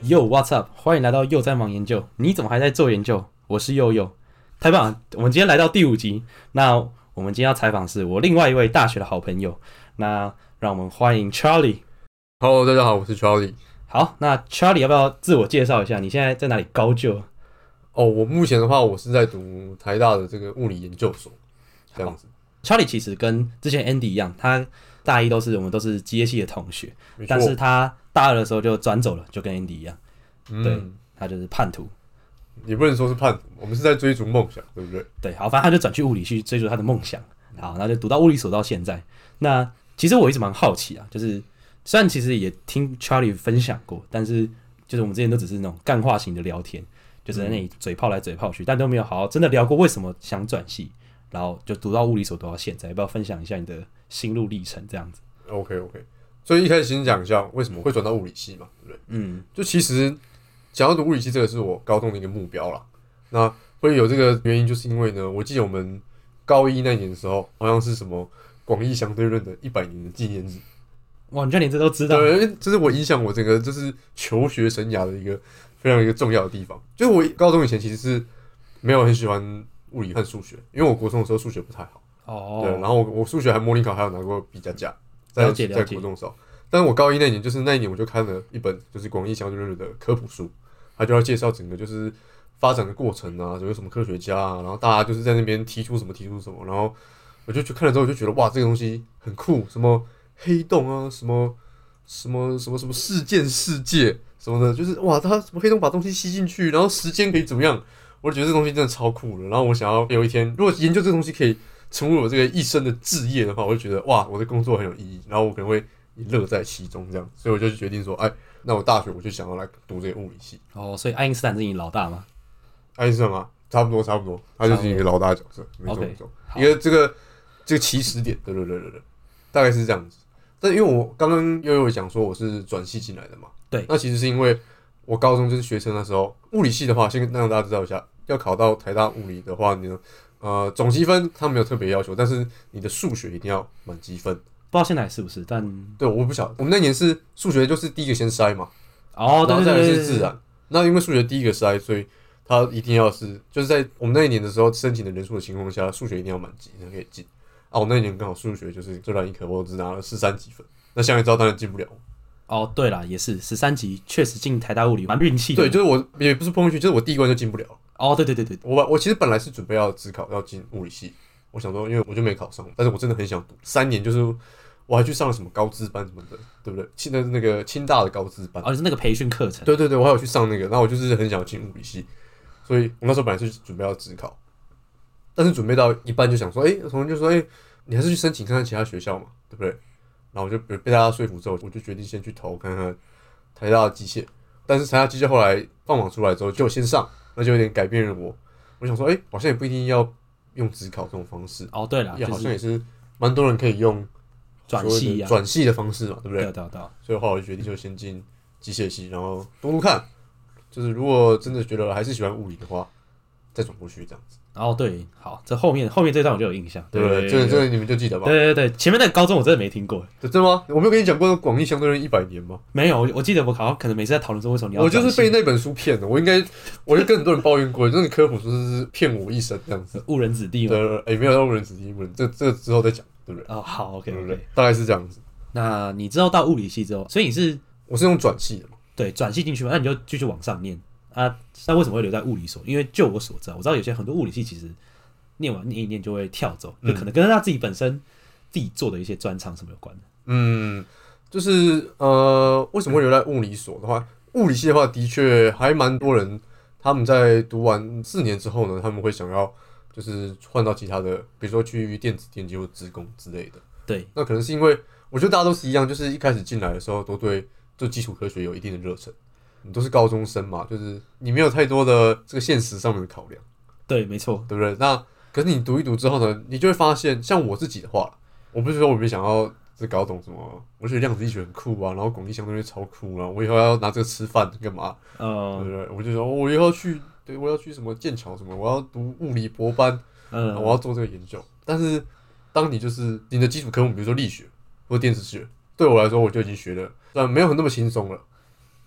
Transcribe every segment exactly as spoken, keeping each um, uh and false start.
Yo, what's up？ 欢迎来到又在忙研究。你怎么还在做研究？我是佑佑，太棒了！我们今天来到第五集。那我们今天要采访是我另外一位大学的好朋友。那让我们欢迎 Charlie。 Hello， 大家好，我是 Charlie。 好，那 Charlie 要不要自我介绍一下？你现在在哪里高就？ 哦，我目前的话，我是在读台大的这个物理研究所，这样子。 Charlie 其实跟之前 Andy 一样，他大一都是我们都是机械系的同学，但是他大二的时候就转走了，就跟 Andy 一样。嗯、对，他就是叛徒。 也不能说是叛徒，我们是在追逐梦想，对不对？ 对，好，反正他就转去物理去追逐他的梦想。好，然后就读到物理所到现在。那其实我一直蛮好奇啊，就是虽然其实也听 Charlie 分享过，但是就是我们之前都只是那种干话型的聊天，就是在那里嘴炮来嘴炮去，但都没有好好真的聊过为什么想转系，然后就读到物理所读到现在，要不要分享一下你的心路历程这样子 ？OK OK， 所以一开始先讲一下为什么会转到物理系嘛，对不对？嗯，就其实想要读物理系这个是我高中的一个目标啦。那会有这个原因，就是因为呢，我记得我们高一那年的时候，好像是什么广义相对论的一百年的纪念日。 哇，你居然连这都知道？ 对，这是我影响我整个就是求学生涯的一个非常一个重要的地方。就是我高中以前其实是没有很喜欢物理和数学，因为我国中的时候数学不太好。哦。对，然后我我数学还模拟考还有拿过 B 加加，在在国中的时候。但是我高一那年，就是那一年我就看了一本就是广义相对论的科普书，他就要介绍整个就是发展的过程啊，有什么科学家啊，然后大家就是在那边提出什么提出什么，然后我就去看了之后，我就觉得哇，这个东西很酷，什么黑洞啊，什么什么什么什么事件世界什么的，就是哇，它什么黑洞把东西吸进去，然后时间可以怎么样？我就觉得这东西真的超酷的。然后我想要有一天，如果研究这个东西可以成为我这个一生的志业的话，我就觉得哇，我的工作很有意义，然后我可能会乐在其中这样，所以我就决定说，哎，那我大学我就想要来读这个物理系。 哦，所以爱因斯坦是你老大吗？ 爱因斯坦吗？差不多，差不多，他就是一个老大角色，没错没错，一个这个这个起始点，对对对对对，大概是这样子。但因为我刚刚又有讲说我是转系进来的嘛， 对， 那其实是因为我高中就是学生的时候，物理系的话，先让大家知道一下，要考到台大物理的话，你呢，呃，总积分他没有特别要求，但是你的数学一定要满积分。 不知道现在是不是，但对，我不晓得。我们那年是数学就是第一个先筛嘛， 哦，对对对，然后再来是自然。那因为数学第一个筛，所以他一定要是就是在我们那一年的时候申请的人数的情况下，数学一定要满级才可以进。啊，我那一年刚好数学就是最烂一科，我只拿了十三几分。那下一招当然进不了。 哦，对啦，也是十三级，确实进台大物理蛮运气的。 对，就是我也不是碰运气，就是我第一关就进不了。 哦，对对对对， 我我其实本来是准备要指考要进物理系，我想说，因为我就没考上，但是我真的很想读三年，就是我还去上了什么高资班什么的，对不对？清的那个清大的高资班， 哦，就是那个培训课程。 对对对，我还有去上那个，然后我就是很想进物理系，所以我那时候本来是准备要指考，但是准备到一半就想说，哎、欸，同学就说，哎、欸，你还是去申请看看其他学校嘛，对不对？然后我就被大家说服之后，我就决定先去投看看台大的机械。但是台大机械后来放榜出来之后，就先上，那就有点改变了我。我想说，哎、欸，好像也不一定要用指考这种方式。 哦，对了， 也好像也是蛮多人可以用转系啊， 转系的方式嘛，对不对？ 对对对。 所以后来我就决定就先进机械系，然后读读看。就是如果真的觉得还是喜欢物理的话，再转过去这样子。 哦，对，好，这后面后面这段我就有印象， 对不对？这个这个你们就记得吧？ 对对对，前面那个高中我真的没听过， 真的吗？我没有跟你讲过广义相对论一百年吗？ 没有，我记得我好像可能每次在讨论说为什么你要， 我就是被那本书骗的，我应该，我就跟很多人抱怨过，真的科普书是骗我一生这样子， 误人子弟嘛。 对，哎，没有误人子弟，误人，这这个之后再讲，对不对？ 哦，好 ，OK， 对不对？大概是这样子。 那你知道到物理系之后，所以你是我是用转系的嘛？ 对，转系进去嘛，那你就继续往上念啊。那为什么会留在物理所？因为就我所知道，我知道有些很多物理系其实念完念一念就会跳走，就可能跟他自己本身自己做的一些专长什么有关的。 嗯，就是呃，为什么会留在物理所的话，物理系的话，的确还蛮多人，他们在读完四年之后呢，他们会想要就是换到其他的，比如说去电子电机或资工之类的。 对， 那可能是因为我觉得大家都是一样，就是一开始进来的时候都对就基础科学有一定的热忱，你都是高中生嘛，就是你没有太多的这个现实上面的考量。 对，没错， 对不对？那可是你读一读之后呢，你就会发现，像我自己的话，我不是说我没想要是搞懂什么，我觉得量子力学很酷啊，然后广义相对论超酷啊，我以后要拿这个吃饭干嘛？嗯，对不对？我就说，哦，我以后要去，对，我要去什么剑桥什么，我要读物理博班，嗯，我要做这个研究。但是当你就是你的基础科目，比如说力学或电磁学，对我来说我就已经学的，虽然没有那么轻松了，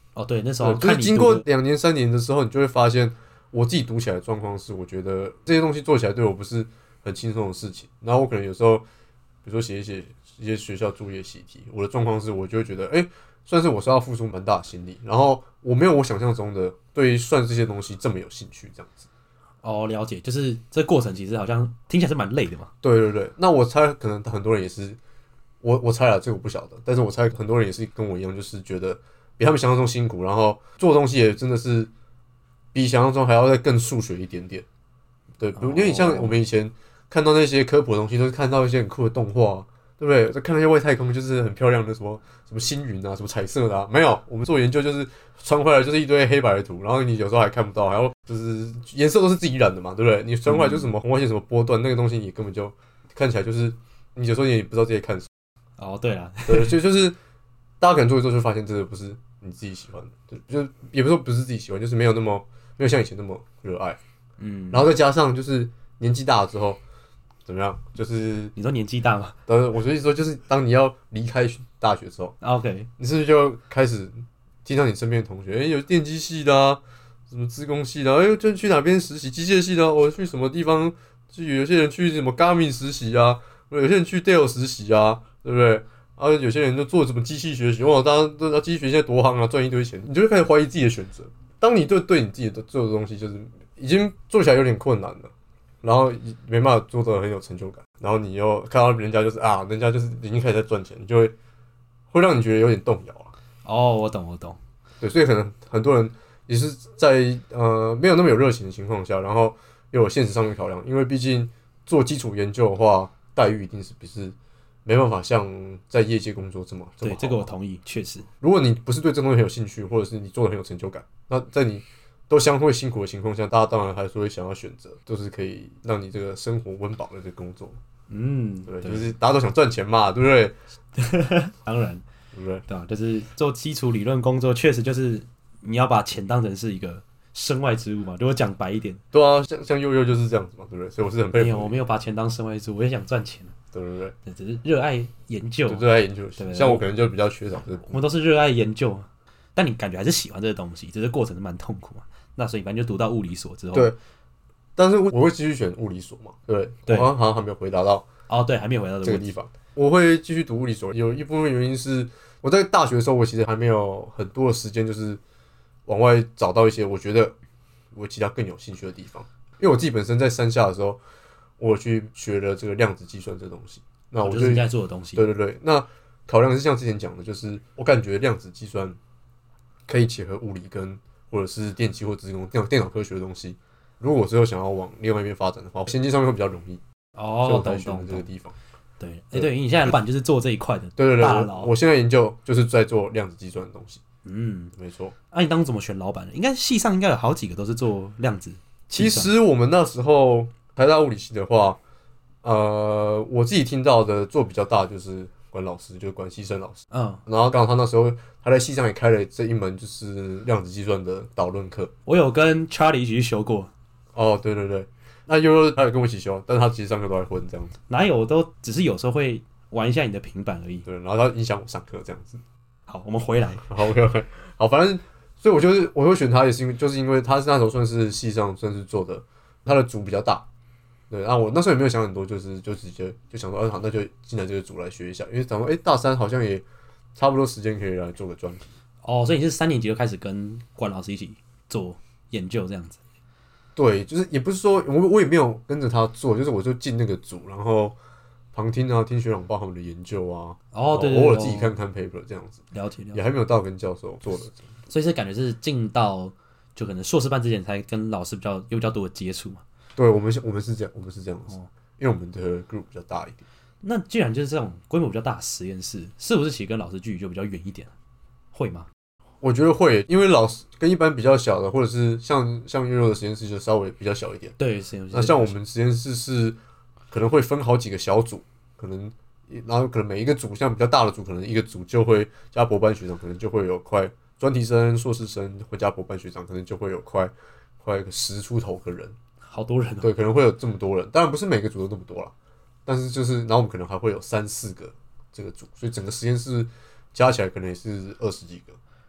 哦，对，那时候就是经过两年三年的时候，你就会发现，我自己读起来的状况是，我觉得这些东西做起来对我不是很轻松的事情。然后我可能有时候，比如说写一写一些学校作业习题，我的状况是，我就会觉得，哎、欸，算是我是要付出蛮大的心力，然后我没有我想象中的对算这些东西这么有兴趣，这样子。 哦，了解，就是这过程其实好像听起来是蛮累的嘛。 对对对，那我猜可能很多人也是，我我猜了，这个我不晓得，但是我猜很多人也是跟我一样，就是觉得比他们想象中辛苦，然后做东西也真的是比想象中还要再更数学一点点。对，比如因为你像我们以前看到那些科普的东西，都是看到一些很酷的动画，对不对？在看那些外太空，就是很漂亮的什么什么星云啊，什么彩色的啊，没有，我们做研究就是传回来就是一堆黑白的图，然后你有时候还看不到，还要就是颜色都是自己染的嘛，对不对？你传回来就是什么红外线什么波段，那个东西你根本就看起来就是你有时候你也不知道这些看什么。哦，对啦， 对，就就是大家可能做一做就发现这个不是你自己喜欢的，就也不是说不是自己喜欢，就是没有那么没有像以前那么热爱。嗯，然后再加上就是年纪大了之后。怎么样？就是你说年纪大吗？ 呃，我所以说就是当你要离开大学之后 ，OK， 你是不是就开始听到你身边的同学，哎、欸，有电机系的啊，什么资工系的、啊，哎、欸，就去哪边实习？机械系的、啊，我去什么地方？就有些人去什么 Garmin 实习啊，有些人去 Dell 实习啊，对不对？然后有些人就做什么机器学习，哇，当然，都机器学习现在多夯啊，赚一堆钱，你就会开始怀疑自己的选择。当你对对你自己的做的东西，就是已经做起来有点困难了。然后没办法做得很有成就感，然后你又看到人家就是啊，人家就是已经开始在赚钱，你就会会让你觉得有点动摇啊。 哦，我懂，我懂。 对，所以可能很多人也是在呃没有那么有热情的情况下，然后又有现实上面考量，因为毕竟做基础研究的话，待遇一定是不是没办法像在业界工作这么这么好。 对，这个我同意，确实。 如果你不是对这东西很有兴趣，或者是你做的很有成就感，那在你都相对辛苦的情况下，大家当然还是会想要选择，都是可以让你这个生活温饱的这个工作。嗯，对，对，就是大家都想赚钱嘛，对不对？ 当然， 对不对？ 对啊，就是做基础理论工作，确实就是你要把钱当成是一个身外之物嘛。如果讲白一点， 对啊，像像悠悠就是这样子嘛，对不对？所以我是很佩服。 没有，我没有把钱当身外之物，我也想赚钱。 对对对， 对，只是热爱研究， 热爱研究。对，像我可能就比较缺少这个。 我们都是热爱研究，但你感觉还是喜欢这个东西，只是过程是蛮痛苦嘛。那所以反正就读到物理所之后， 对，但是我会继续选物理所嘛，对不对？对，我好像好像还没有回答到哦，对，还没有回答到这个地方。我会继续读物理所，有一部分原因是我在大学的时候，我其实还没有很多的时间，就是往外找到一些我觉得我其他更有兴趣的地方。因为我自己本身在山下的时候，我去学了这个量子计算这东西，那我就、 哦、就是你在做的东西。 对对对，那考量是像之前讲的，就是我感觉量子计算可以结合物理跟或者是电机或资工、电电脑科学的东西，如果我之后想要往另外一边发展的话，衔接上面会比较容易。 哦， 所以我才选的这个地方。 对，哎、欸，对，你现在老板就是做这一块的， 对对对，我我现在研究就是在做量子计算的东西。嗯，没错。 啊，你当初怎么选老板的？应该系上应该有好几个都是做量子。 其实我们那时候台大物理系的话，呃，我自己听到的做比较大就是管老师，就是管西生老师。嗯，然后刚好他那时候他在系上也开了这一门就是量子计算的导论课。 我有跟 Charlie 一起去修过。 哦，对对对，那悠悠他有跟我一起修，但是他其实上课都在混这样子。 哪有，我都只是有时候会玩一下你的平板而已。 对，然后他影响我上课这样子。 好，我们回来。 好 ，OK OK， 好，反正所以我就是我会选他，也是因为就是因为他是那时候算是系上算是做的，他的组比较大。对，然后我那时候也没有想很多，就是就直接就想说，啊，好，那就进来这个组来学一下，因为想说，哎、欸，大三好像也差不多时间可以来做个专题。 哦，所以你是三年级就开始跟管老师一起做研究这样子？ 对，就是也不是说我我也没有跟着他做，就是我就进那个组，然后旁听啊，听学长报他们的研究啊， 哦，对对对， 偶尔自己看看 paper 这样子。 了解了解， 也还没有到跟教授做的。 所以是感觉是进到就可能硕士班之前才跟老师比较有比较多的接触嘛。 对，我们我们是这样，我们是这样子，哦、因为我们的 group 比较大一点。 那既然就是这种规模比较大的实验室，是不是其实跟老师距离就比较远一点？会吗？ 我觉得会，因为老师跟一般比较小的，或者是像像悠悠的实验室就稍微比较小一点。 对，实验室。 那像我们实验室是可能会分好几个小组，可能然后可能每一个组，像比较大的组，可能一个组就会加博班学长，可能就会有快专题生、硕士生会加博班学长，可能就会有快快个十出头个人。 好多人、喔， 对，可能会有这么多人，当然不是每个组都那么多啦，但是就是，然后我们可能还会有三四个这个组，所以整个实验室加起来可能也是二十几个。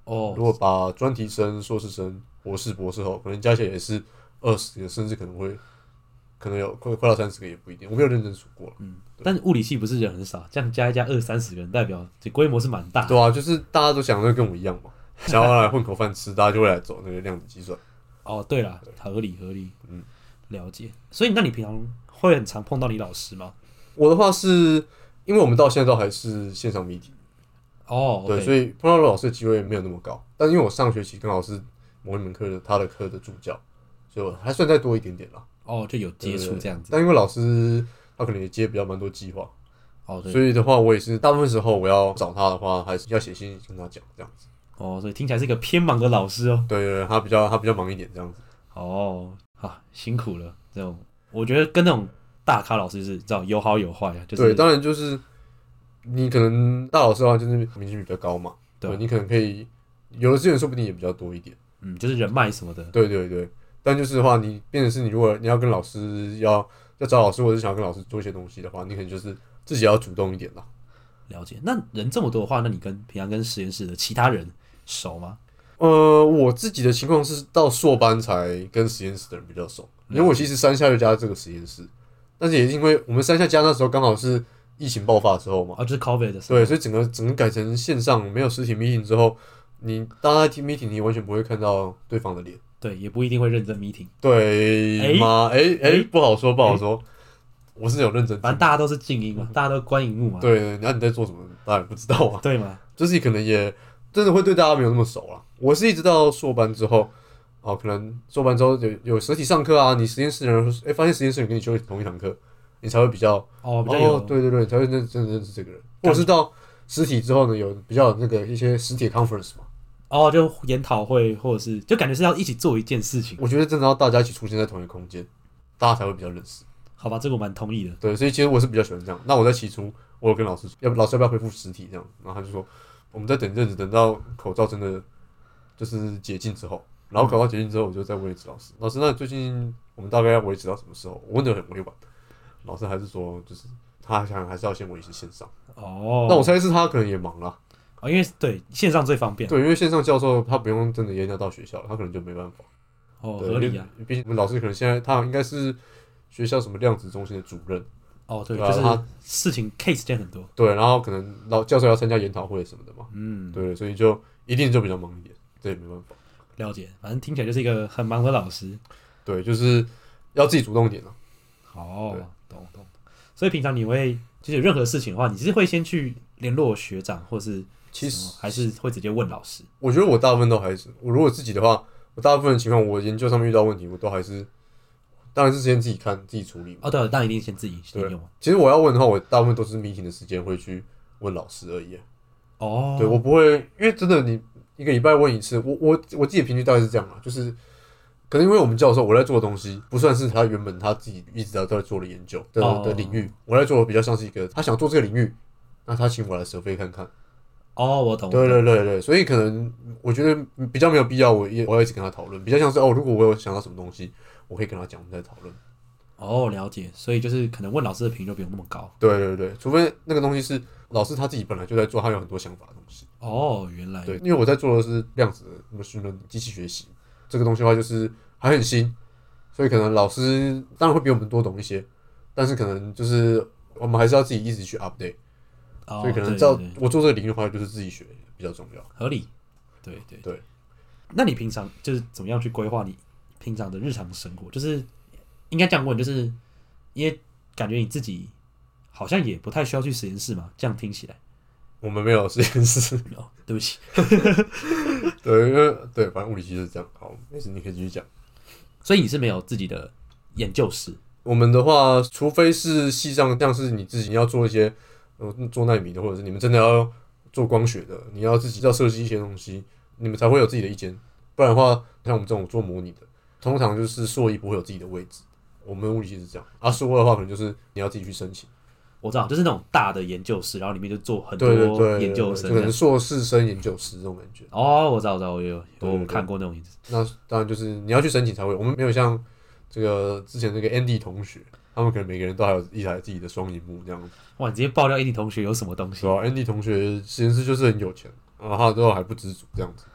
哦，如果把专题生、硕士生、博士、博士后，可能加起来也是二十个，甚至可能会可能有快快到三十个也不一定，我没有认真数过了。 嗯，但是物理系不是人很少，这样加一加二三十个人，代表这规模是蛮大的。 对啊，就是大家都想的跟我一样嘛，想要来混口饭吃，大家就会来走那个量子计算。 哦，对啦，合理合理，嗯，了解。所以那你平常会很常碰到你老师吗？ 我的话是因为我们到现在都还是线上 meeting。 哦， 对， okay. 所以碰到老师的机会没有那么高，但因为我上学期跟老师某一门课的他的课的助教，所以我还算再多一点点啦。 哦，就有接触这样子。 但因为老师他可能也接比较蛮多计划， 哦，对， 所以的话我也是大部分时候我要找他的话，还是要写信跟他讲这样子。 哦，所以听起来是一个偏忙的老师哦。 对对对，他比较他比较忙一点这样子。 哦，啊，辛苦了。这种我觉得跟那种大咖老师是知道有好有坏啊，就是对，当然就是。你可能大老师的话，就是名气比较高嘛，对，你可能可以有的资源，说不定也比较多一点， 嗯，就是人脉什么的， 对对对。但就是的话，你变成是你如果你要跟老师要要找老师，或者是想要跟老师做一些东西的话，你可能就是自己要主动一点啦。 了解。那人这么多的话，那你跟平常跟实验室的其他人熟吗？ 呃，我自己的情况是到硕班才跟实验室的人比较熟，因为我其实山下就加这个实验室，但是也是因为我们山下加那时候刚好是疫情爆发的时候嘛， 啊，就是 COVID 的时候， 对，所以整个整个改成线上，没有实体 meeting 之后，你大家听 meeting， 你完全不会看到对方的脸， 对，也不一定会认真 meeting， 对吗？哎、欸、哎、欸欸，不好说，不好说，欸、我是有认真， 反正大家都是静音嘛，大家都关荧幕嘛， 对，那你在做什么，大家也不知道啊， 对嘛？ 就是可能也真的会对大家没有那么熟啦。我是一直到硕班之后，哦，可能硕班之后有有实体上课啊，你实验室的人说，哎、欸，发现实验室人跟你修同一堂课。你才会比较哦，比较有哦，对对对，才会认真的认识这个人，或者是到实体之后呢，有比较有那个一些实体 conference 嘛， 哦，就研讨会或者是就感觉是要一起做一件事情。 我觉得真的要大家一起出现在同一个空间，大家才会比较认识。 好吧，这个我蛮同意的。 对，所以其实我是比较喜欢这样。那我在起初，我有跟老师说，要不老师要不要恢复实体这样，然后他就说，我们再等一阵子，等到口罩真的就是解禁之后，然后口罩解禁之后，我就再问一次老师，老师，那最近我们大概要维持到什么时候？我问的很委婉。老师还是说，就是他想还是要先维持线上。 哦， 那我猜是他可能也忙啦。 哦，因为对线上最方便。 对，因为线上教授他不用真的一定要到学校，他可能就没办法。 哦，合理啊。 毕竟我们老师可能现在他应该是学校什么量子中心的主任。 哦，对，就是他事情 case 件很多。 对，然后可能老教授要参加研讨会什么的嘛。嗯，对，所以就一定就比较忙一点，这也没办法。 了解，反正听起来就是一个很忙的老师。 对，就是要自己主动一点了。 哦。懂懂，所以平常你会就是有任何事情的话，你是会先去联络学长，或是其实还是会直接问老师？ 我觉得我大部分都还是，我如果自己的话，我大部分的情况，我研究上面遇到问题，我都还是，当然是先自己看自己处理。 哦，对，当然一定先自己先用。 其实我要问的话，我大部分都是 meeting 的时间会去问老师而已。 哦， 对我不会，因为真的你一个礼拜问一次，我我我自己的频率大概是这样啦，就是。可能因为我们教授我在做的东西不算是他原本他自己一直在做的研究 的,、oh. 的领域，我在做的比较像是一个他想做这个领域，那他请我来survey看看。 哦、oh, ，我懂。 对对对对，所以可能我觉得比较没有必要我，我我要一直跟他讨论，比较像是哦，如果我有想到什么东西，我可以跟他讲，我们再讨论。 哦、oh, ，了解，所以就是可能问老师的频率不用那么高。 对对对，除非那个东西是老师他自己本来就在做，他有很多想法的东西。 哦、oh, ，原来。 对，因为我在做的是量子的训练机器学习这个东西的话，就是还很新。所以可能老师当然会比我们多懂一些，但是可能就是我们还是要自己一直去 update，、哦、所以可能照我做这个领域的话，就是自己学比较重要， 合理。对对对。 那你平常就是怎么样去规划你平常的日常生活？就是应该这样问，就是因为感觉你自己好像也不太需要去实验室嘛，这样听起来。 我们没有实验室。 哦，对不起。 对，因为对，反正物理系是这样。好，没事，你可以继续讲。 所以你是没有自己的研究室？ 我们的话，除非是系上，像是你自己要做一些呃做奈米的，或者是你们真的要做光学的，你要自己要设计一些东西，你们才会有自己的一间。不然的话，像我们这种做模拟的，通常就是硕一不会有自己的位置。我们物理系是这样，啊，硕二的话可能就是你要自己去申请。 我知道，就是那种大的研究室，然后里面就做很多研究生， 就可能硕士生研究室这种感觉。 哦，我知道，我知道，我有我看过那种影子。 那当然就是你要去申请才会，我们没有像这个之前那个 Andy 同学，他们可能每个人都还有一台自己的双萤幕这样子。 哇，你直接爆料 Andy 同学有什么东西？ 对啊 ，Andy 同学实验室就是很有钱，然后他最后还不知足这样子。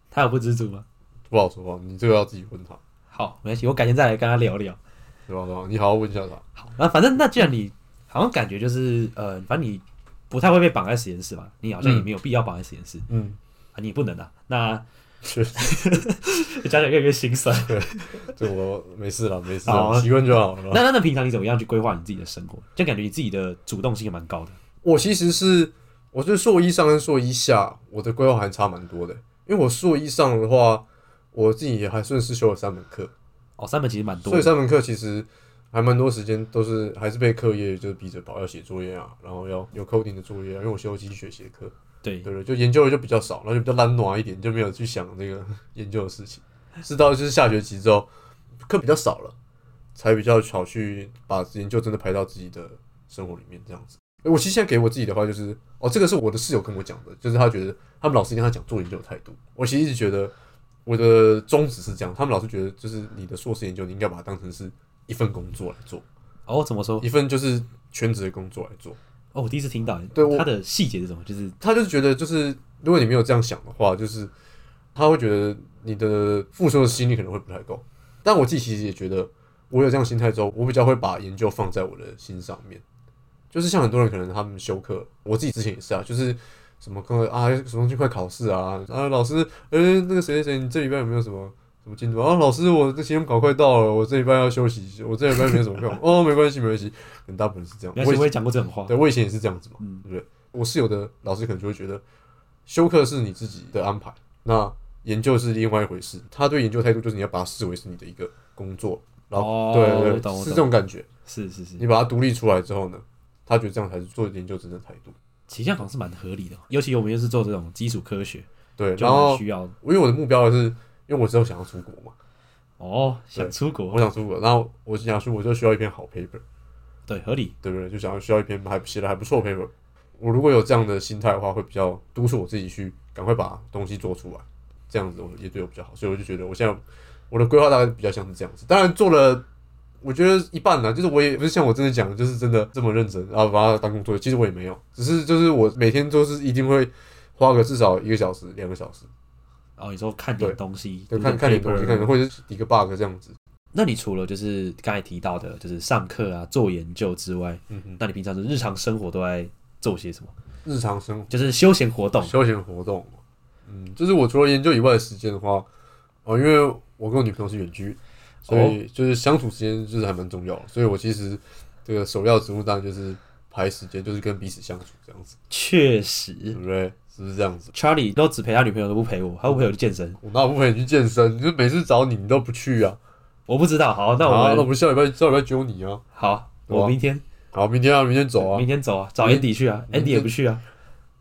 他有不知足吗？ 不好说啊，你这个要自己问他。 好，没关系，我改天再来跟他聊聊。 对吧？对吧？你好好问一下他。 好，那反正那既然你好像感觉就是呃，反正你不太会被绑在实验室吧？你好像也没有必要绑在实验室。嗯，啊，你也不能啊。那是， 讲讲越来越心酸。 对，我没事了，没事了，习惯就好了。 那那那平常你怎么样去规划你自己的生活？就感觉你自己的主动性也蛮高的。 我其实是，我觉得硕一上跟硕一下，我的规划还差蛮多的。因为我硕一上的话，我自己也还顺势修了三门课。 哦，三门其实蛮多的。 所以三门课其实还蛮多时间都是还是被课业就是逼着跑，要写作业啊，然后要有 coding 的作业啊，因为我修机器学习的课。 对对对，就研究的就比较少，然后就比较懒惰一点，就没有去想那个研究的事情。是到就是下学期之后，课比较少了，才比较好去把研究真的排到自己的生活里面这样子。我其实现在给我自己的话就是，哦，这个是我的室友跟我讲的，就是他觉得他们老师跟他讲做研究的态度。我其实一直觉得我的宗旨是这样，他们老师觉得就是你的硕士研究你应该把它当成是一份工作来做。 哦，怎么说？ 一份就是全职的工作来做。 哦，我第一次听到， 对， 他的细节是什么？就是他就是觉得，就是如果你没有这样想的话，就是他会觉得你的付出的心力可能会不太够。但我自己其实也觉得，我有这样心态之后，我比较会把研究放在我的心上面。就是像很多人可能他们修课，我自己之前也是啊，就是什么课啊，什么东西快考试啊，啊老师，呃、欸、那个谁谁谁，你这礼拜有没有什么？什么进度啊？老师，我这期末考快到了，我这礼拜要休息，我这礼拜没什么课。哦，没关系，没关系，可能大部分是这样。 我也讲过这种话， 对，我以前也是这样子嘛，嗯、对不对？我室友的老师可能就会觉得，修课是你自己的安排，那研究是另外一回事。他对研究态度就是你要把它视为是你的一个工作，然后、哦、对对对，是这种感觉。 是是是， 你把它独立出来之后呢，他觉得这样才是做研究真正的态度。 其实这样好像是蛮合理的，尤其我们又是做这种基础科学， 对，然后需要， 因为我的目标是，因为我之后想要出国嘛。 哦，想出国， 我想出国，然后我想出国就需要一篇好 paper， 对，合理， 对不对？就想要需要一篇还写的还不错的 paper。我如果有这样的心态的话，会比较督促我自己去赶快把东西做出来，这样子我也对我比较好。所以我就觉得我现在我的规划大概比较像是这样子。当然做了，我觉得一半呢，就是我也不是像我真的讲的，就是真的这么认真，然后把它当工作。其实我也没有，只是就是我每天都是一定会花个至少一个小时、两个小时。 哦，你说看点东西， 对，看看点东西，看或者是一个 bug 这样子。 那你除了就是刚才提到的，就是上课啊、做研究之外，嗯哼，那你平常的日常生活都在做些什么？ 日常生活就是休闲活动。 休闲活动，嗯，就是我除了研究以外的时间的话，哦，因为我跟我女朋友是远距，所以就是相处时间就是还蛮重要的。所以我其实这个首要职务当然就是排时间，就是跟彼此相处这样子。 确实， 对不对？是不是这样子 ？Charlie 都只陪他女朋友，都不陪我，他不陪我去健身。 我哪有不陪你去健身？你就每次找你，你都不去啊！ 我不知道。好，那我们、 啊、那我们下礼拜下礼拜揪你啊！ 好，我明天。 好，明天啊，明天走啊！ 明天走啊，找 Andy 去啊 ，Andy 也不去啊。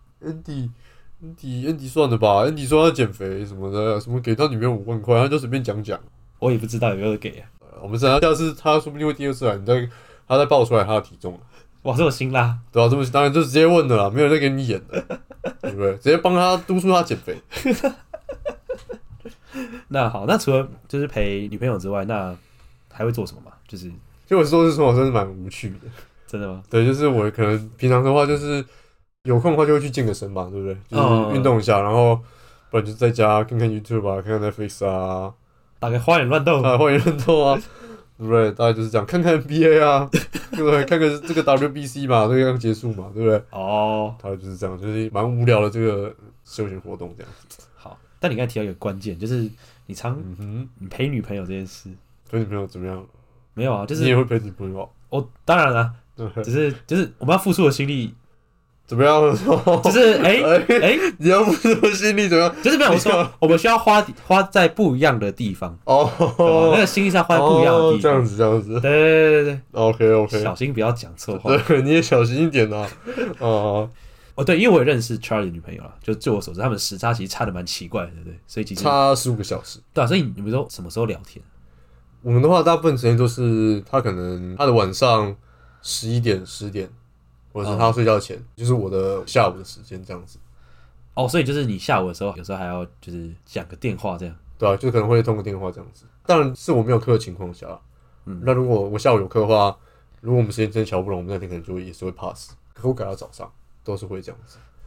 Andy，Andy，Andy 算了吧 ，Andy 说他减肥什么的，什么给他女朋友五万块，他就随便讲讲。 我也不知道有没有给啊。 我们下次他说不定会第二次来，你再他再报出来他的体重。 哇，这么辛辣！ 对啊，这么当然就直接问了啦，没有人在给你演的，对不对？直接帮他督促他减肥。 那好，那除了就是陪女朋友之外，那还会做什么吗？就是， 就我说是生活真是蛮无趣的。 真的吗？ 对，就是我可能平常的话，就是有空的话就会去健个身吧，对不对？就是运动一下，然后不然就在家看看 YouTube 啊，看看 Netflix 啊， 打开花园乱斗啊，花园乱斗啊。对不对？大概就是这样，看看 N B A 啊，对不对？看看这个 W B C 嘛，这个刚结束嘛，对不对？哦，大概就是这样，就是蛮无聊的这个休闲活动这样子。 好，但你刚才提到一个关键，就是你常、嗯、你陪女朋友这件事， 陪女朋友怎么样？ 没有啊，就是你也会陪女朋友？ 哦，当然了、啊，只是就是我们要付出的心力。 怎么样？ 就是哎哎、欸欸， 你要付出的心力怎么样？ 就是没有我说，我们需要花花在不一样的地方哦，那个心力上花在不一样的地方。哦、 这样子，这样子。 对对对对 ，OK OK， 小心不要讲错话。 对，你也小心一点啊。哦哦，对，因为我也认识 Charlie 的女朋友啦，就据我所知，他们时差其实差的蛮奇怪的，对不对？所以其实差十五个小时。 对啊，所以你们都什么时候聊天？ 我们的话，大部分时间都是他可能他的晚上十一点、十点。或者是他睡觉前，嗯、就是我的下午的时间这样子。 哦，所以就是你下午的时候，有时候还要就是讲个电话这样。 对啊，就可能会通个电话这样子。当然是我没有课的情况下，嗯，那如果我下午有课的话，如果我们时间真的瞧不拢，我们那天可能就也是会 pass。可我改到早上，都是会这样子。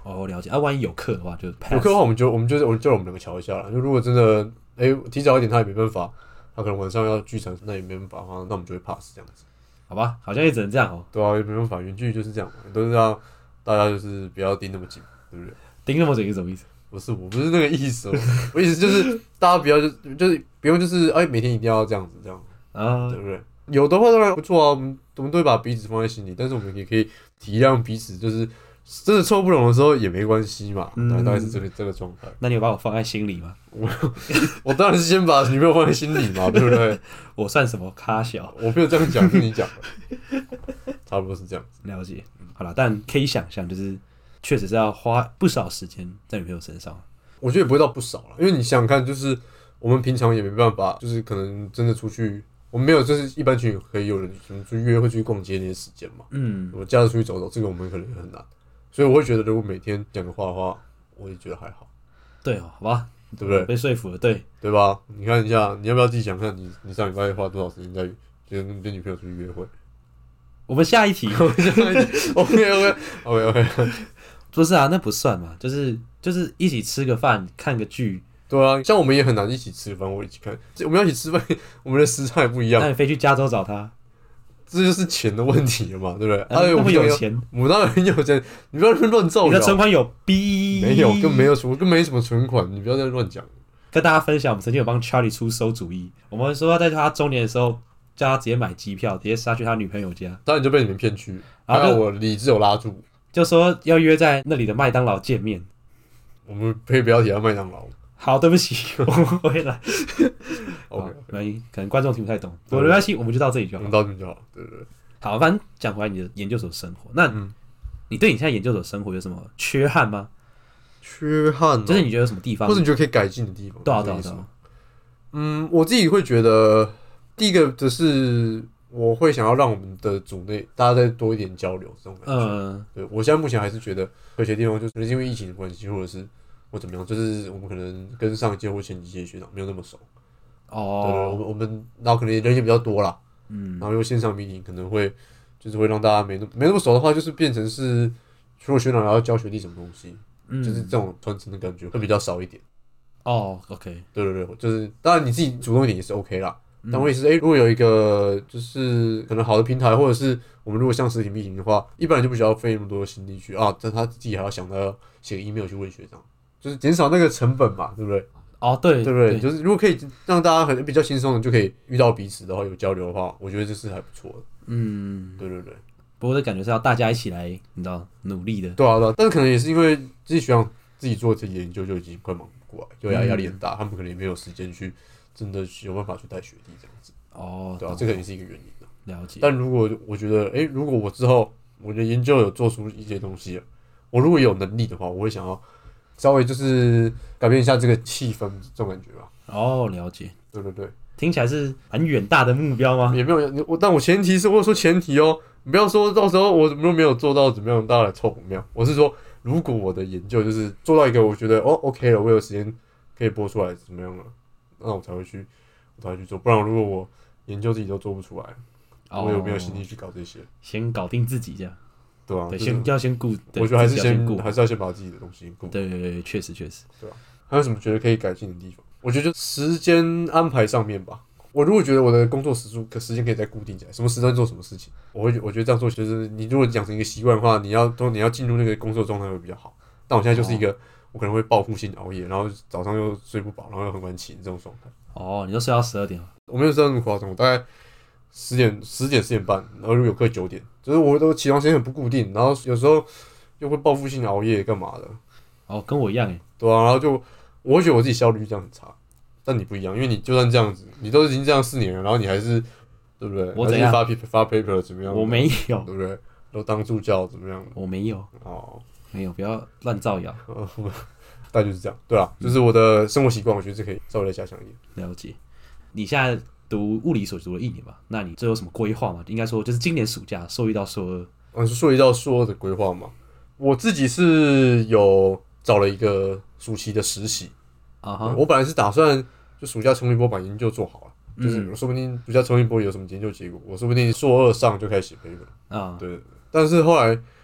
哦，了解。啊，万一有课的话就 pass。 有课的话，我们就我们就我就让我们两个瞧一下了。就如果真的哎、欸、提早一点，他也没办法，他可能晚上要聚餐，那也没办法的话，那我们就会 pass 这样子。 好吧，好像也只能这样哦。 对啊，也没办法，远距离就是这样嘛，都是让大家就是不要盯那么紧，对不对？ 盯那么紧是什么意思？ 不是，我不是那个意思哦，我意思就是大家不要就就是不用就是哎、欸、每天一定要这样子这样啊，对不对？有的话当然不错啊，我们我们都会把彼此放在心里，但是我们也可以体谅彼此，就是真的凑不拢的时候也没关系嘛，嗯、大概是这个这个状态。 那你有把我放在心里吗？ 我我当然是先把女朋友放在心里嘛，对不对？ 我算什么咖小？ 我没有这样讲，是你讲的，差不多是这样子。 了解，好了，但可以想象，就是确实是要花不少时间在女朋友身上。 我觉得也不会到不少了，因为你想想看，就是我们平常也没办法，就是可能真的出去。我们没有，就是一般情侣可以有人什么出去约会、出去逛街那些时间嘛。嗯，我假日出去走走，这个我们可能很难，所以我会觉得，如果每天讲个话的话，我也觉得还好。 对哦，好吧， 对不对？ 被说服了，对对吧？你看一下，你要不要自己想看你你上礼拜花多少时间在跟跟女朋友出去约会？ 我们下一题， 我们下一题 ，OK OK OK OK， 不是啊，那不算嘛，就是就是一起吃个饭，看个剧。 对啊，像我们也很难一起吃饭，我一起看，我们要一起吃饭，我们的时差也不一样。 那你飞去加州找他， 这就是钱的问题了嘛，对不对？ 啊，那么有钱， 我当然很有钱，你不要乱造谣。 你的存款有 B？ 没有，更没有存，更没什么存款，你不要再乱讲。 跟大家分享，我们曾经有帮 Charlie 出馊主意，我们说要在他周年的时候，叫他直接买机票，直接杀去他女朋友家， 当然就被你们骗去，然后我理智有拉住， 就说要约在那里的麦当劳见面。 我们可以不要提到麦当劳。 好，对不起，我们回来。 OK， 没关系，可能观众听不太懂，没关系，我们就到这里就好。 我们到这里就好，对对对。 好，反正讲回来你的研究所生活，那、嗯、你对你现在研究所生活有什么缺憾吗？ 缺憾、喔， 就是你觉得有什么地方， 或者你觉得可以改进的地方？ 对啊，对啊，对啊。 嗯，我自己会觉得，第一个就是我会想要让我们的组内大家再多一点交流，这种感觉。嗯，对我现在目前还是觉得有些地方就是因为疫情的关系，或者是。或怎么样，就是我们可能跟上一届或前几届学长没有那么熟，哦，对对，我们我们然后可能人也比较多啦，嗯，然后用线上 meeting 可能会就是会让大家没那没那么熟的话，就是变成是除了学长然后教学弟什么东西，嗯，就是这种传承的感觉会比较少一点。 哦 ，OK， 对对对，就是当然你自己主动一点也是 OK 啦，但我也是，哎、欸，如果有一个就是可能好的平台，或者是我们如果像实体 meeting 的话，一般人就不需要费那么多心力去啊，但他自己还要想到要写个 email 去问学长。就是减少那个成本嘛，对不对？ 哦，对， 对不对？就是如果可以让大家很比较轻松的就可以遇到彼此的话，有交流的话，我觉得这是还不错的。嗯，对对对。 不过这感觉是要大家一起来，你知道，努力的。 对啊，对啊。但是可能也是因为自己学长自己做自己的研究就已经快忙不过来，就压压力很大，嗯、他们可能也没有时间去真的有办法去带学弟这样子。哦，对啊，这个也是一个原因了解。 但如果我觉得，哎、欸，如果我之后我的研究有做出一些东西了，我如果有能力的话，我会想要。稍微就是改变一下这个气氛，这种感觉吧。 哦，了解。 对对对， 听起来是很远大的目标吗？ 也没有，我但我前提是我有说前提哦，你不要说到时候我如果没有做到怎么样，大家来凑我没有。我是说，如果我的研究就是做到一个我觉得哦 OK 了，我有时间可以播出来怎么样了，那我才会去，我才会去做。不然如果我研究自己都做不出来，哦、我有没有心力去搞这些？ 先搞定自己这样。 对啊， 对，先要先顾， 我觉得还是先顾，还是要先把自己的东西先顾。 对对对，确实确实。 对啊，还有什么觉得可以改进的地方？我觉得就时间安排上面吧。我如果觉得我的工作时数可时间可以再固定起来，什么时段做什么事情，我会我觉得这样做就是你如果养成一个习惯的话，你要都你要进入那个工作状态会比较好。但我现在就是一个、哦、我可能会报复性熬夜，然后早上又睡不饱，然后又很晚起这种状态。 哦，你都睡到十二点了？ 我没有睡到那么夸张，我大概。十点、十点、十点半，然后如果有课九点，就是我的起床时间很不固定，然后有时候又会报复性熬夜，干嘛的？ 哦，跟我一样诶。 对啊，然后就我会觉得我自己效率这样很差，但你不一样，因为你就算这样子，你都已经这样四年了，然后你还是对不对？ 我怎样发 paper 发 paper 怎么样？ 我没有， 对不对？都当助教怎么样？ 我没有哦，没有，不要乱造谣。 大概就是这样，对啊，就是我的生活习惯，我觉得这可以稍微再加强一点。了解，你现在。读物理所读了一年嘛，那你最后有什么规划吗？应该说就是今年暑假硕一到硕二。 嗯，是硕一到硕二的规划嘛？我自己是有找了一个暑期的实习啊哈。我本来是打算就暑假冲一波把研究做好了，嗯、就是说不定暑假冲一波有什么研究结果，我说不定硕二上就开始写 paper 啊。对，但是后来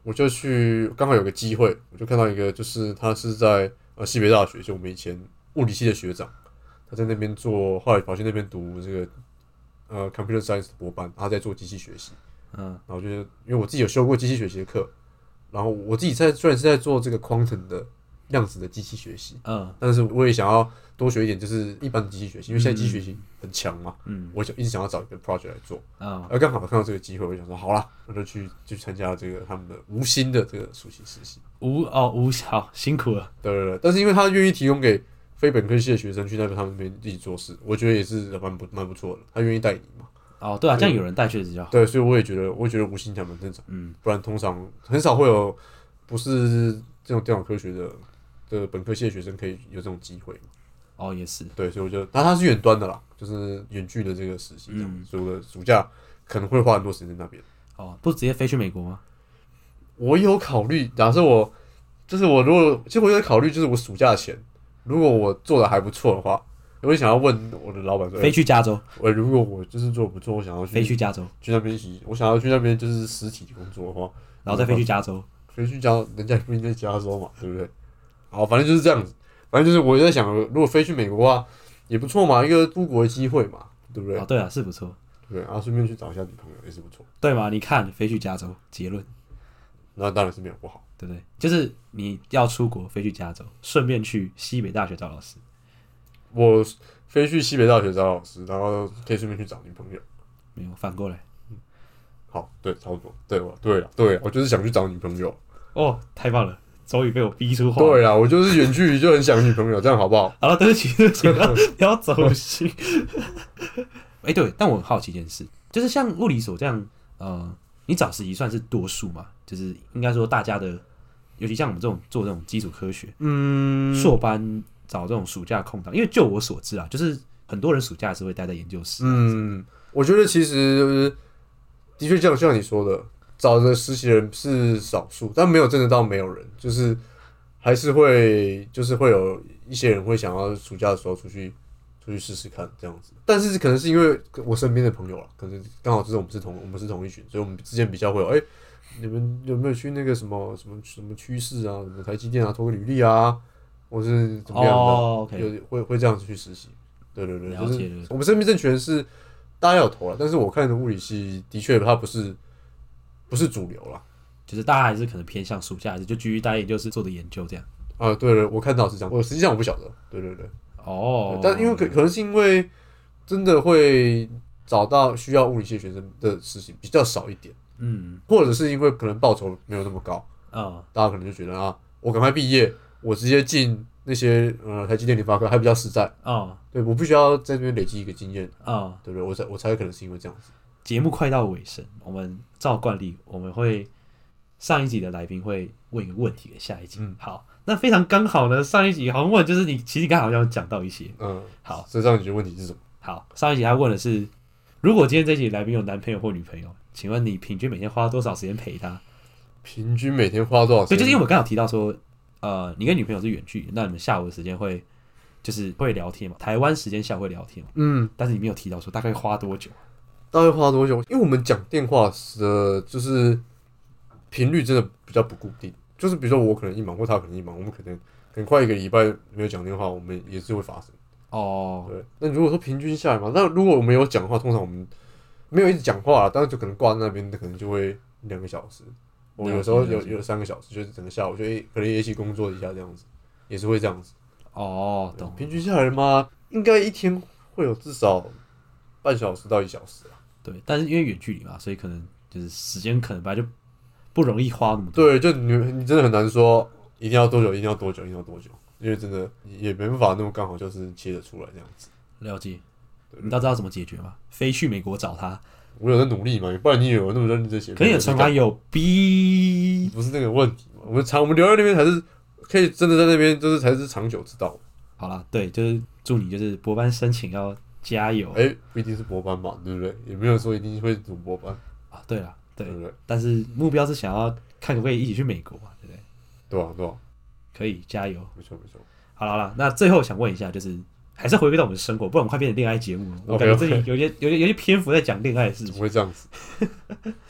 我就去刚好有个机会，我就看到一个，就是他是在呃西北大学，就我们以前物理系的学长，他在那边做，后来跑去那边读这个呃 computer science 的博班，他在做机器学习。嗯，然后就是因为我自己有修过机器学习的课，然后我自己在虽然是在做这个 quantum 的量子的机器学习，嗯，但是我也想要多学一点，就是一般的机器学习，因为现在机器学习很强嘛，嗯，我就一直想要找一个 project 来做，啊、嗯，而刚好看到这个机会，我就想说，好啦，我就去去参加这个他们的无薪的这个暑期实习， 无哦无好辛苦了， 对对对，但是因为他愿意提供给非本科系的学生去那边他们那边一起做事，我觉得也是蛮不蛮不错的，他愿意带你嘛。 哦，对啊，这样有人带确实比较好。 对，所以我也觉得，我也觉得无薪还蛮正常。嗯，不然通常很少会有不是这种电脑科学的的本科系的学生可以有这种机会嘛。 哦，也是。 对，所以我就，但他是远端的啦，就是远距的这个实习这样，嗯、所以我的暑假可能会花很多时间在那边。 哦，不直接飞去美国吗？ 我有考虑，假设我就是我如果，其实我有考虑，就是我暑假前，如果我做的还不错的话。我就想要问我的老板说：“ 飞去加州。 我、欸、如果我就是做不错，我想要去飞去加州， 去那边洗。我想要去那边就是实体工作的话， 然后再飞去加州， 飞去加，人家也不一定在加州嘛，对不对？好，反正就是这样子。反正就是我在想，如果飞去美国的话，也不错嘛，一个出国的机会嘛，对不对？ 哦，对啊，是不错。 对，然后顺便去找一下女朋友也是不错， 对嘛？你看，飞去加州，结论， 那当然是没有不好， 对不对？就是你要出国，飞去加州，顺便去西北大学找老师。 我。飞去西北大学找老师，然后可以顺便去找女朋友。 没有，反过来。 嗯，好，对，差不多。对，我对了，对了，我就是想去找女朋友。 哦，太棒了，终于被我逼出话。 对啊，我就是远距离就很想女朋友，这样好不好？ 好了，对不起，对不起，不要不要走心。哎、欸，对，但我很好奇一件事，就是像物理所这样，呃，你找实习算是多数嘛？就是应该说大家的，尤其像我们这种做这种基础科学，嗯，硕班。找这种暑假空档，因为就我所知啊，就是很多人暑假是会待在研究室。 嗯，我觉得其实的确像像你说的，找的实习人是少数，但没有真的到没有人，就是还是会就是会有一些人会想要暑假的时候出去出去试试看这样子。但是可能是因为我身边的朋友啦，可能刚好就是我们是同我们是同一群，所以我们之间比较会有哎、欸，你们有没有去那个什么什么什么趋势啊，什么台积电啊，投个履历啊。或是怎么样的， 哦 okay、 有会会这样子去实习，对对对， 了解就是我们身边这群人是大家有投了，但是我看的物理系的确它不是不是主流啦， 就是大家还是可能偏向暑假，还是就继续待研究室做的研究这样。 啊，对了，我看到是这样，我实际上我不晓得，对对对， 哦， 但因为可可能是因为真的会找到需要物理系学生的实习比较少一点，嗯，或者是因为可能报酬没有那么高，啊、嗯，大家可能就觉得啊，我赶快毕业。我直接进那些呃台积电、联发科还比较实在啊， oh. 对，我必须要在这边累积一个经验啊， oh. 对不对？我才我才可能是因为这样子。 节目快到尾声，我们照惯例，我们会上一集的来宾会问一个问题给下一集。嗯，好，那非常刚好呢，上一集好像问就是你其实刚好像讲到一些，嗯，好， 所以上一集的问题是什么？ 好，上一集他问的是，如果今天这一集来宾有男朋友或女朋友，请问你平均每天花多少时间陪他？ 平均每天花多少时间？ 对，就是因为我刚好提到说。呃，你跟女朋友是远距，那你们下午的时间会就是会聊天嘛？台湾时间下午会聊天嘛？嗯，但是你没有提到说大概花多久？ 大概花多久？因为我们讲电话的，就是频率真的比较不固定。就是比如说我可能一忙，或他可能一忙，我们可能很快一个礼拜没有讲电话，我们也是会发生。哦，对。那如果说平均下来嘛，那如果我们有讲话，通常我们没有一直讲话，但是就可能挂在那边，可能就会两个小时。我有时候有有三个小时，就是整个下午就可能也一起工作一下这样子，也是会这样子。 哦，懂。 平均下来嘛，应该一天会有至少半小时到一小时啊。 对，但是因为远距离嘛，所以可能就是时间可能本来就不容易花那么多。 对，就你你真的很难说一定要多久，一定要多久，一定要多久，因为真的也没办法那么刚好就是切得出来这样子。 了解。你知道怎么解决吗？飞去美国找他。 我有在努力嘛，不然你有那么认真写？ 可以惩罚有逼， 不是那个问题嘛？我们长我们留在那边才是可以真的在那边，就是才是长久之道。 好啦，对，就是祝你就是博班申请要加油。 哎、欸，不一定是博班嘛，对不对？也没有说一定会读博班啊。对啦，对， 对不对？ 但是目标是想要看可不可以一起去美国嘛，对不对？ 对啊，对啊， 可以加油。 没错，没错。 好了好了，那最后想问一下，就是还是回归到我们的生活，不然我们快变成恋爱节目了。我感觉自己有些有些有些篇幅在讲恋爱的事情。 怎么会这样子？ 没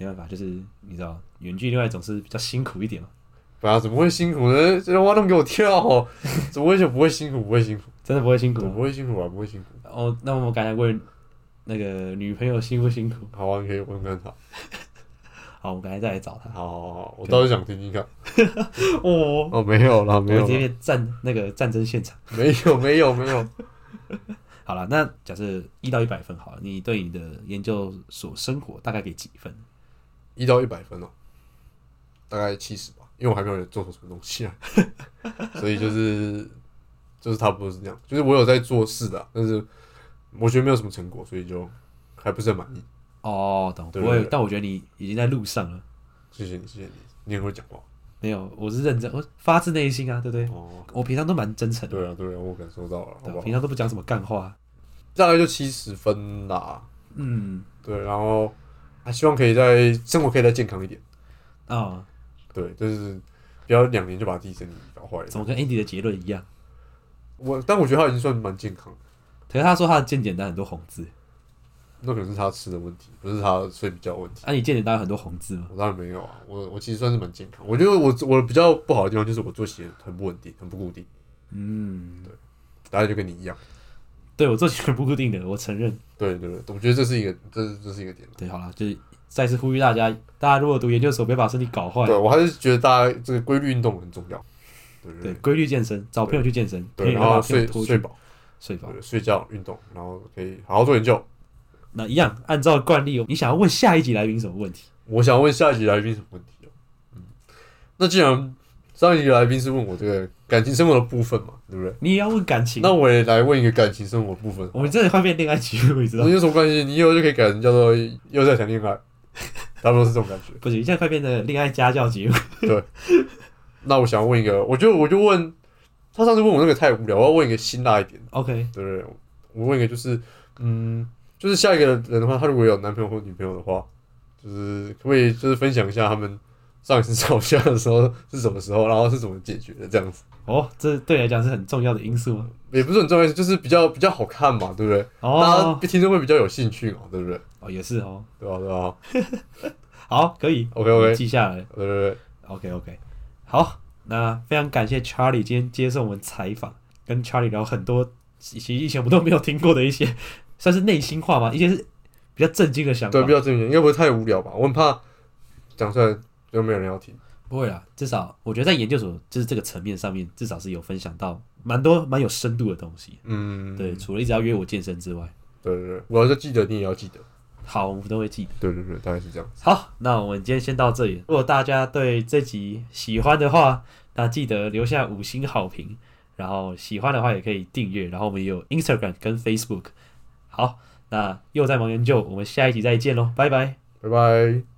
没办法，就是你知道，远距另外总是比较辛苦一点嘛。 对啊，怎么会辛苦呢？这挖洞给我跳、哦，怎么会就不会辛苦？不会辛苦， 真的不会辛苦， 不会辛苦啊，不会辛苦。 哦，那我们刚才问那个女朋友辛不辛苦？ 好啊，你可以问问他。 好，我们刚才再来找他。 好好好，我倒是想听听看。 哦哦，没有啦，没有啦。 我这边战那个战争现场。 没有，没有，没有。 好了，那假设一到一百分好了，你对你的研究所生活大概给几分？ 一到一百分哦，大概七十吧。因为我还没有做出什么东西啊，所以就是就是差不多是这样。就是我有在做事的、啊，但是我觉得没有什么成果，所以就还不是很满意。 哦，懂， 对不会，但我觉得你已经在路上了。 谢谢你，谢谢你，你很会讲话。 没有，我是认真，我发自内心啊，对不对？ 哦， 我平常都蛮真诚的。 对啊，对啊，我感受到了，好不好？ 平常都不讲什么干话。 大概就七十分啦。 嗯， 对，然后还希望可以再生活可以再健康一点。 啊、哦， 对，就是不要两年就把自己身体搞坏了。 怎么跟 Andy 的结论一样？ 我，但我觉得他已经算蛮健康的。 可是他说他的健检单很多红字， 那可能是他吃的问题，不是他睡比较问题。 啊，你健检单有很多红字吗？ 我当然没有啊，我我其实算是蛮健康。我觉得我我比较不好的地方就是我作息很不稳定，很不固定。 嗯， 对，大概就跟你一样。 对我作息很不固定的，我承认。 对对对，我觉得这是一个，这是这是一个点。 对，好了，就是再次呼吁大家，大家如果读研究所，别把身体搞坏。 对我还是觉得大家这个规律运动很重要。对对对，规律健身，找朋友去健身， 对，然后睡睡饱， 睡饱， 睡觉运动，然后可以好好做研究。 那一样，按照惯例，你想要问下一集来宾什么问题？ 我想问下一集来宾什么问题哦？嗯，那既然上一集来宾是问我这个感情生活的部分嘛，对不对？ 你也要问感情， 那我也来问一个感情生活的部分。 我们这里会变恋爱节目，你知道吗？ 有什么关系？你以后就可以改成叫做又在谈恋爱，差不多是这种感觉。 不行，现在快变成恋爱家教节目。 对。那我想问一个，我就我就问他上次问我那个太无聊，我要问一个辛辣一点。 OK， 对不对？我问一个就是，嗯，就是下一个人的话，他如果有男朋友或女朋友的话，就是可不可以就是分享一下他们上一次吵架的时候是什么时候，然后是怎么解决的这样子。 哦，这对你来讲是很重要的因素吗？ 也不是很重要，就是比较比较好看嘛，对不对？ 哦， 大家听众会比较有兴趣嘛，对不对？ 哦，也是哦， 对吧、啊？对吧、 啊？好，可以 ，OK OK， 记下来。 对对对 ，OK OK，好，那非常感谢 Charlie 今天接受我们采访，跟 Charlie 聊很多，其实以前我们都没有听过的一些，算是内心话嘛，一些是比较震惊的想法。 对，比较震惊，应该不会太无聊吧？我很怕讲出来就没有人要听。 不会啦，至少我觉得在研究所就是这个层面上面，至少是有分享到蛮多蛮有深度的东西。 嗯， 对，除了一直要约我健身之外， 对对对，我要是记得，你也要记得。 好，我们都会记得。 对对对，大概是这样。 好，那我们今天先到这里。如果大家对这集喜欢的话，那记得留下五星好评，然后喜欢的话也可以订阅，然后我们也有 Instagram 跟 Facebook。好，那又在忙研究，我们下一集再见喽，拜拜， 拜拜。